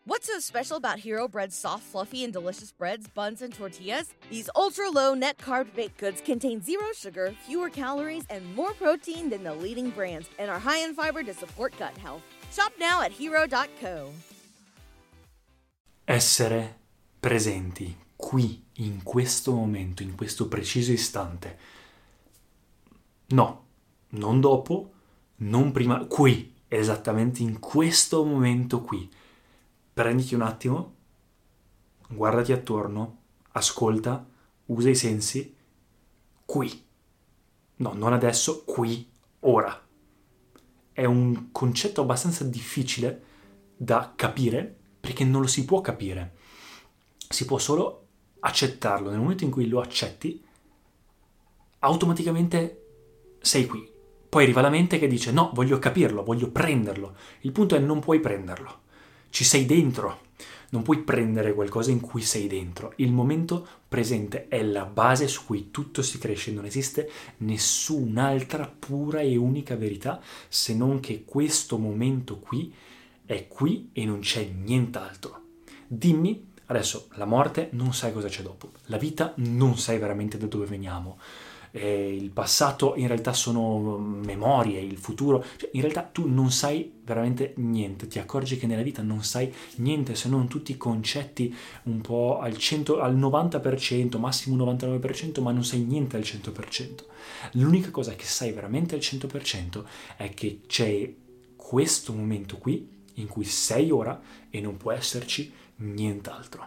What's so special about Hero Bread's soft, fluffy, and delicious breads, buns, and tortillas? These ultra-low net-carb baked goods contain zero sugar, fewer calories, and more protein than the leading brands, and are high in fiber to support gut health. Shop now at hero.co. Essere presenti qui, in questo momento, in questo preciso istante. No, non dopo, non prima, qui, esattamente in questo momento qui. Prenditi un attimo, guardati attorno, ascolta, usa i sensi, qui. No, non adesso, qui, ora. È un concetto abbastanza difficile da capire perché non lo si può capire. Si può solo accettarlo. Nel momento in cui lo accetti, automaticamente sei qui. Poi arriva la mente che dice no, voglio capirlo, voglio prenderlo. Il punto è non puoi prenderlo. Ci sei dentro, non puoi prendere qualcosa in cui sei dentro. Il momento presente è la base su cui tutto si cresce, non esiste nessun'altra pura e unica verità se non che questo momento qui è qui e non c'è nient'altro. Dimmi, adesso la morte non sai cosa c'è dopo, la vita non sai veramente da dove veniamo. Il passato in realtà sono memorie, il futuro, cioè, in realtà tu non sai veramente niente, ti accorgi che nella vita non sai niente se non tutti i concetti un po' al 90%, massimo 99%, ma non sai niente al 100%. L'unica cosa che sai veramente al 100% è che c'è questo momento qui in cui sei ora e non può esserci nient'altro.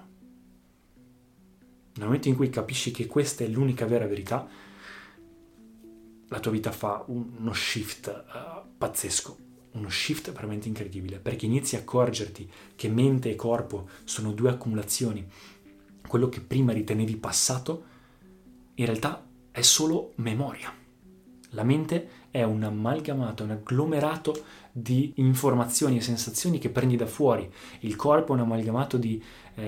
Nel momento in cui capisci che questa è l'unica vera verità, la tua vita fa uno shift pazzesco, uno shift veramente incredibile, perché inizi a accorgerti che mente e corpo sono due accumulazioni. Quello che prima ritenevi passato, in realtà è solo memoria. La mente è un amalgamato, un agglomerato di informazioni e sensazioni che prendi da fuori. Il corpo è un agglomerato di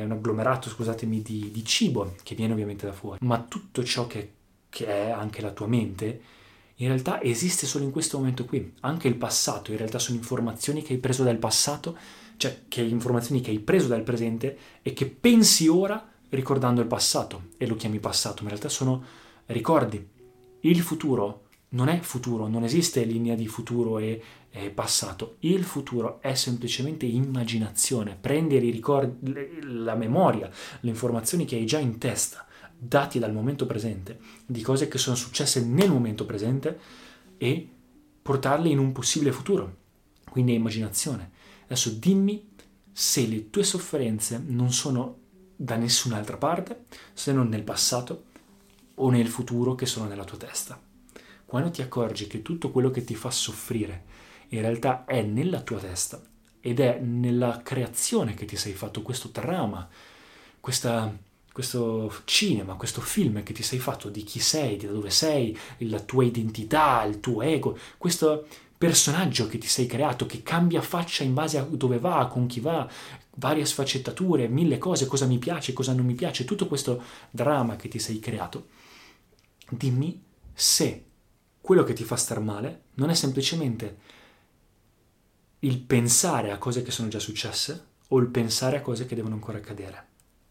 cibo che viene ovviamente da fuori. Ma tutto ciò che è anche la tua mente in realtà esiste solo in questo momento qui. Anche il passato in realtà sono informazioni che hai preso dal passato, cioè che informazioni che hai preso dal presente e che pensi ora ricordando il passato e lo chiami passato, ma in realtà sono ricordi. Il futuro non è futuro, non esiste linea di futuro e passato. Il futuro è semplicemente immaginazione. Prendi i ricordi, la memoria, le informazioni che hai già in testa, dati dal momento presente, di cose che sono successe nel momento presente e portarle in un possibile futuro. Quindi è immaginazione. Adesso dimmi se le tue sofferenze non sono da nessun'altra parte, se non nel passato o nel futuro che sono nella tua testa. Quando ti accorgi che tutto quello che ti fa soffrire in realtà è nella tua testa ed è nella creazione che ti sei fatto questo dramma, questo cinema, questo film che ti sei fatto di chi sei, di dove sei, la tua identità, il tuo ego, questo personaggio che ti sei creato che cambia faccia in base a dove va, con chi va, varie sfaccettature, mille cose, cosa mi piace, cosa non mi piace, tutto questo dramma che ti sei creato. Dimmi se quello che ti fa star male non è semplicemente il pensare a cose che sono già successe o il pensare a cose che devono ancora accadere.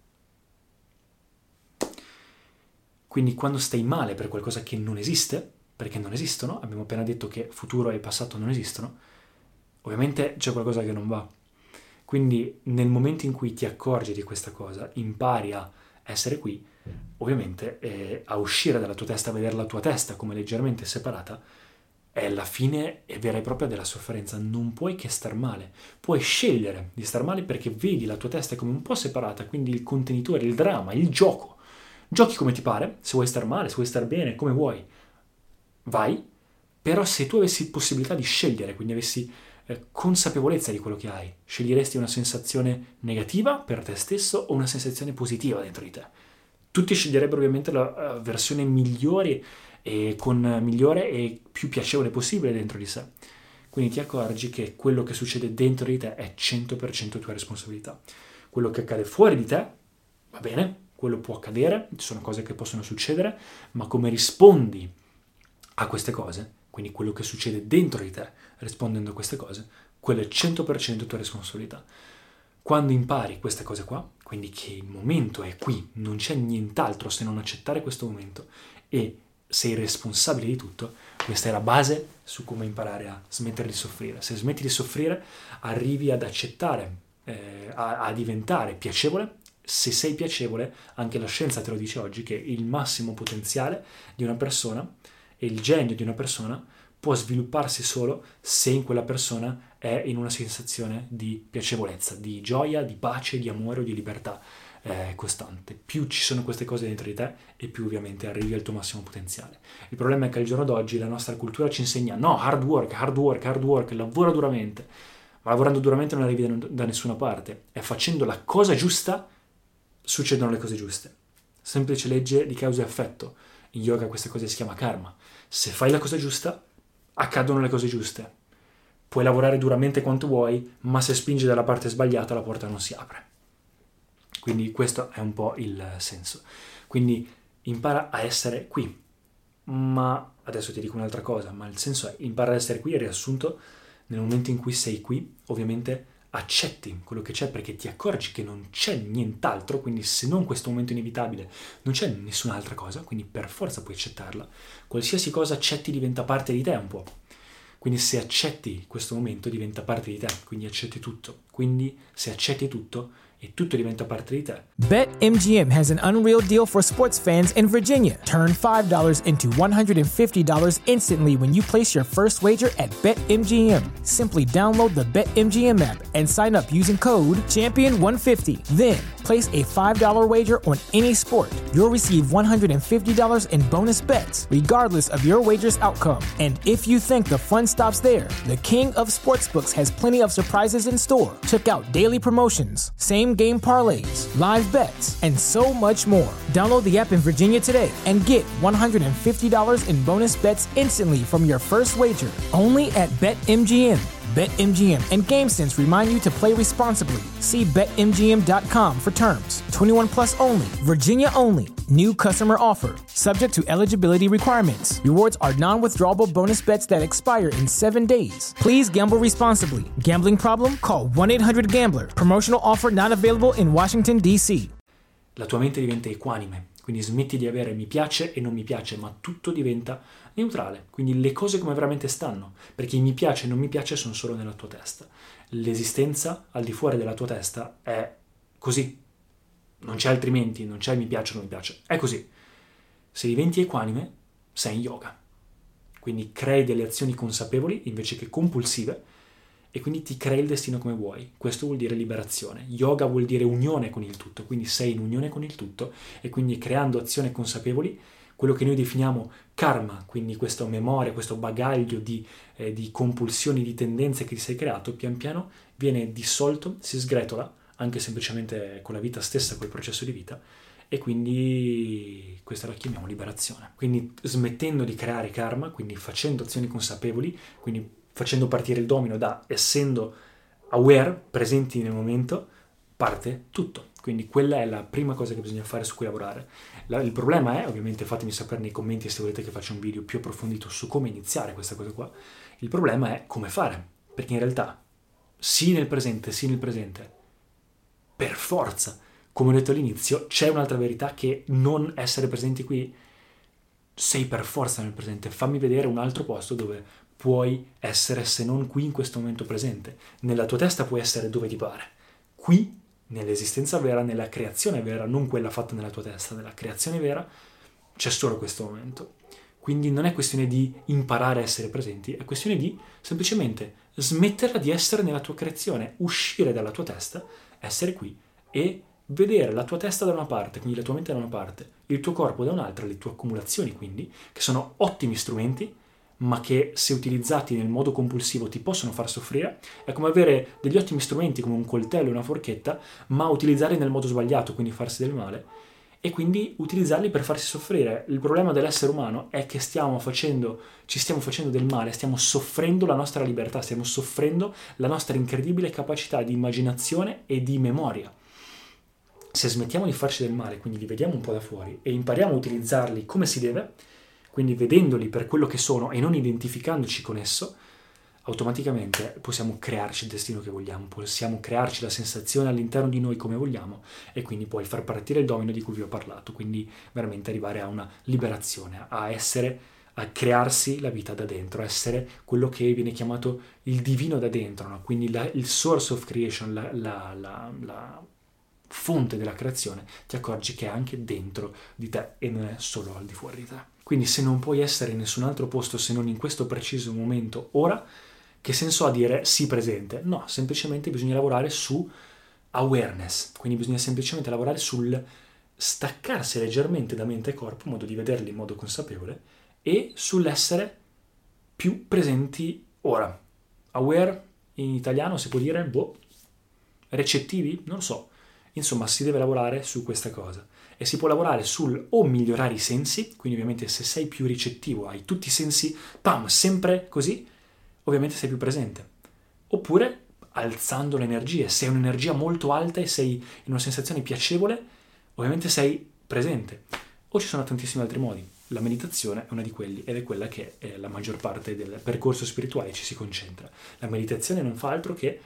Quindi quando stai male per qualcosa che non esiste, perché non esistono, abbiamo appena detto che futuro e passato non esistono, ovviamente c'è qualcosa che non va. Quindi nel momento in cui ti accorgi di questa cosa, impari a essere qui, ovviamente a uscire dalla tua testa, a vedere la tua testa come leggermente separata, è la fine vera e propria della sofferenza. Non puoi che star male. Puoi scegliere di star male perché vedi la tua testa come un po' separata, quindi il contenitore, il dramma, il gioco. Giochi come ti pare, se vuoi star male, se vuoi star bene, come vuoi. Vai, però se tu avessi possibilità di scegliere, quindi avessi consapevolezza di quello che hai, sceglieresti una sensazione negativa per te stesso o una sensazione positiva dentro di te? Tutti sceglierebbero ovviamente la versione migliore e più piacevole possibile dentro di sé. Quindi ti accorgi che quello che succede dentro di te è 100% tua responsabilità. Quello che accade fuori di te, va bene, quello può accadere, ci sono cose che possono succedere, ma come rispondi a queste cose, quindi quello che succede dentro di te rispondendo a queste cose, quello è 100% tua responsabilità. Quando impari queste cose qua, quindi che il momento è qui, non c'è nient'altro se non accettare questo momento e sei responsabile di tutto, questa è la base su come imparare a smettere di soffrire. Se smetti di soffrire, arrivi ad accettare, a diventare piacevole. Se sei piacevole, anche la scienza te lo dice oggi, che il massimo potenziale di una persona e il genio di una persona può svilupparsi solo se in quella persona è in una sensazione di piacevolezza, di gioia, di pace, di amore o di libertà costante. Più ci sono queste cose dentro di te e più ovviamente arrivi al tuo massimo potenziale. Il problema è che al giorno d'oggi la nostra cultura ci insegna no, hard work, lavora duramente, ma lavorando duramente non arrivi da nessuna parte. È facendo la cosa giusta succedono le cose giuste. Semplice legge di causa e effetto. In yoga questa cosa si chiama karma. Se fai la cosa giusta, accadono le cose giuste. Puoi lavorare duramente quanto vuoi, ma se spingi dalla parte sbagliata la porta non si apre. Quindi questo è un po' il senso. Quindi impara a essere qui. Ma adesso ti dico un'altra cosa, ma il senso è impara ad essere qui è riassunto nel momento in cui sei qui, ovviamente accetti quello che c'è perché ti accorgi che non c'è nient'altro, quindi se non questo momento inevitabile non c'è nessun'altra cosa, quindi per forza puoi accettarla. Qualsiasi cosa accetti diventa parte di te un po'. Quindi se accetti questo momento diventa parte di te, quindi accetti tutto. Quindi se accetti tutto e tutto diventa parte di te. BetMGM has an unreal deal for sports fans in Virginia. Turn $5 into $150 instantly when you place your first wager at BetMGM. Simply download the BetMGM app and sign up using code Champion150. Then, place a $5 wager on any sport. You'll receive $150 in bonus bets, regardless of your wager's outcome. And if you think the fun stops there, the king of sportsbooks has plenty of surprises in store. Check out daily promotions, same-game parlays, live bets, and so much more. Download the app in Virginia today and get $150 in bonus bets instantly from your first wager. Only at BetMGM. BetMGM and GameSense remind you to play responsibly. See BetMGM.com for terms. 21 plus only. Virginia only. New customer offer. Subject to eligibility requirements. Rewards are non-withdrawable bonus bets that expire in 7 days. Please gamble responsibly. Gambling problem? Call 1-800-GAMBLER. Promotional offer not available in Washington, D.C. La tua mente diventa equanime, quindi smetti di avere mi piace e non mi piace, ma tutto diventa neutrale, quindi le cose come veramente stanno, perché i mi piace e non mi piace sono solo nella tua testa. L'esistenza al di fuori della tua testa è così, non c'è altrimenti, non c'è mi piace o non mi piace, è così. Se diventi equanime, sei in yoga, quindi crei delle azioni consapevoli invece che compulsive e quindi ti crei il destino come vuoi. Questo vuol dire liberazione. Yoga vuol dire unione con il tutto, quindi sei in unione con il tutto e quindi creando azioni consapevoli, quello che noi definiamo karma, quindi questa memoria, questo bagaglio di compulsioni, di tendenze che ti sei creato, pian piano viene dissolto, si sgretola, anche semplicemente con la vita stessa, col processo di vita, e quindi questa la chiamiamo liberazione. Quindi smettendo di creare karma, quindi facendo azioni consapevoli, quindi facendo partire il domino da essendo aware, presenti nel momento, parte tutto. Quindi quella è la prima cosa che bisogna fare, su cui lavorare. Il problema è, ovviamente fatemi sapere nei commenti se volete che faccia un video più approfondito su come iniziare questa cosa qua, il problema è come fare, perché in realtà sì nel presente, per forza, come ho detto all'inizio, c'è un'altra verità che non essere presenti qui, sei per forza nel presente. Fammi vedere un altro posto dove puoi essere se non qui in questo momento presente. Nella tua testa puoi essere dove ti pare. Qui, nell'esistenza vera, nella creazione vera, non quella fatta nella tua testa, nella creazione vera, c'è solo questo momento. Quindi non è questione di imparare a essere presenti, è questione di semplicemente smetterla di essere nella tua creazione, uscire dalla tua testa, essere qui e vedere la tua testa da una parte, quindi la tua mente da una parte, il tuo corpo da un'altra, le tue accumulazioni quindi, che sono ottimi strumenti, ma che se utilizzati nel modo compulsivo ti possono far soffrire. È come avere degli ottimi strumenti come un coltello e una forchetta, ma utilizzarli nel modo sbagliato, quindi farsi del male, e quindi utilizzarli per farsi soffrire. Il problema dell'essere umano è che ci stiamo facendo del male, stiamo soffrendo la nostra libertà, stiamo soffrendo la nostra incredibile capacità di immaginazione e di memoria. Se smettiamo di farci del male, quindi li vediamo un po' da fuori e impariamo a utilizzarli come si deve, quindi vedendoli per quello che sono e non identificandoci con esso, automaticamente possiamo crearci il destino che vogliamo, possiamo crearci la sensazione all'interno di noi come vogliamo, e quindi puoi far partire il domino di cui vi ho parlato, quindi veramente arrivare a una liberazione, a crearsi la vita da dentro, a essere quello che viene chiamato il divino da dentro, no? Quindi il source of creation, la fonte della creazione, ti accorgi che è anche dentro di te e non è solo al di fuori di te. Quindi se non puoi essere in nessun altro posto se non in questo preciso momento, ora, che senso ha dire sì presente? No, semplicemente bisogna lavorare su awareness, quindi bisogna semplicemente lavorare sul staccarsi leggermente da mente e corpo, in modo di vederli in modo consapevole, e sull'essere più presenti ora. Aware in italiano si può dire, recettivi? Non lo so. Insomma, si deve lavorare su questa cosa. E si può lavorare sul o migliorare i sensi, quindi ovviamente se sei più ricettivo, hai tutti i sensi, sempre così, ovviamente sei più presente. Oppure alzando le energie. Se hai un'energia molto alta e sei in una sensazione piacevole, ovviamente sei presente. O ci sono tantissimi altri modi. La meditazione è una di quelli, ed è quella che la maggior parte del percorso spirituale ci si concentra. La meditazione non fa altro che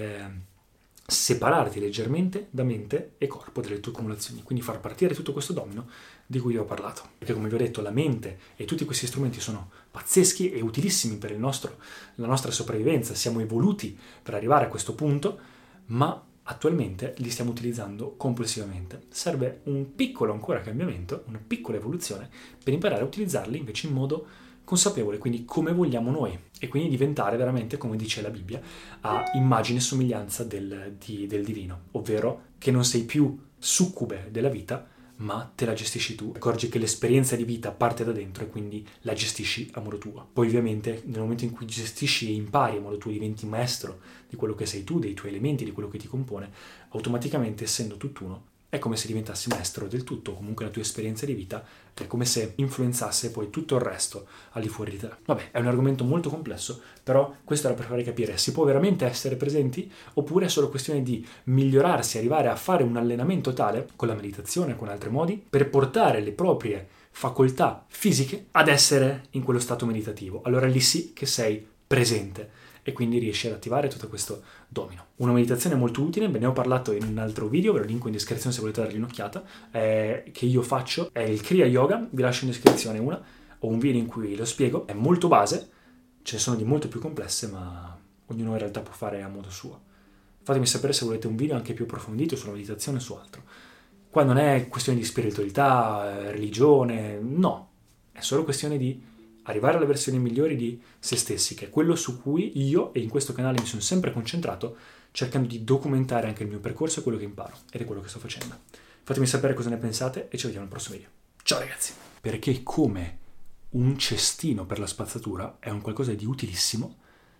separarti leggermente da mente e corpo dalle tue accumulazioni, quindi far partire tutto questo domino di cui vi ho parlato. Perché, come vi ho detto, la mente e tutti questi strumenti sono pazzeschi e utilissimi per la nostra sopravvivenza. Siamo evoluti per arrivare a questo punto, ma attualmente li stiamo utilizzando complessivamente. Serve un piccolo ancora cambiamento, una piccola evoluzione per imparare a utilizzarli invece in modo consapevole, quindi come vogliamo noi, e quindi diventare veramente, come dice la Bibbia, a immagine e somiglianza del divino, ovvero che non sei più succube della vita, ma te la gestisci tu. Accorgi che l'esperienza di vita parte da dentro e quindi la gestisci a modo tuo. Poi ovviamente nel momento in cui gestisci e impari a modo tuo, diventi maestro di quello che sei tu, dei tuoi elementi, di quello che ti compone, automaticamente, essendo tutt'uno, è come se diventassi maestro del tutto. Comunque la tua esperienza di vita è come se influenzasse poi tutto il resto al di fuori di te. Vabbè, è un argomento molto complesso, però questo era per fare capire: si può veramente essere presenti, oppure è solo questione di migliorarsi, arrivare a fare un allenamento tale, con la meditazione, con altri modi, per portare le proprie facoltà fisiche ad essere in quello stato meditativo. Allora lì sì che sei presente e quindi riesci ad attivare tutto questo domino. Una meditazione molto utile, ve ne ho parlato in un altro video, ve lo linko in descrizione se volete dargli un'occhiata, che io faccio, è il Kriya Yoga, vi lascio in descrizione ho un video in cui lo spiego, è molto base, ce ne sono di molto più complesse, ma ognuno in realtà può fare a modo suo. Fatemi sapere se volete un video anche più approfondito sulla meditazione o su altro. Qua non è questione di spiritualità, religione, no, è solo questione di arrivare alle versioni migliori di se stessi, che è quello su cui io e in questo canale mi sono sempre concentrato, cercando di documentare anche il mio percorso e quello che imparo, ed è quello che sto facendo. Fatemi sapere cosa ne pensate e ci vediamo al prossimo video. Ciao ragazzi! Perché come un cestino per la spazzatura è un qualcosa di utilissimo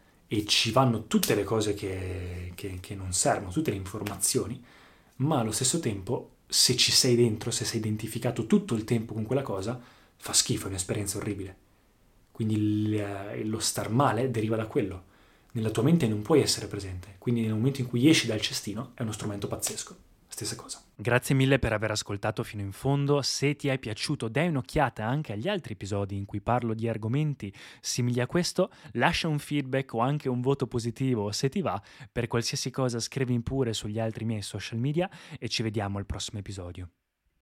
e ci vanno tutte le cose che non servono, tutte le informazioni, ma allo stesso tempo, se ci sei dentro, se sei identificato tutto il tempo con quella cosa, fa schifo, è un'esperienza orribile. Quindi lo star male deriva da quello. Nella tua mente non puoi essere presente, quindi nel momento in cui esci dal cestino è uno strumento pazzesco. Stessa cosa. Grazie mille per aver ascoltato fino in fondo. Se ti è piaciuto, dai un'occhiata anche agli altri episodi in cui parlo di argomenti simili a questo, lascia un feedback o anche un voto positivo se ti va. Per qualsiasi cosa scrivi pure sugli altri miei social media e ci vediamo al prossimo episodio.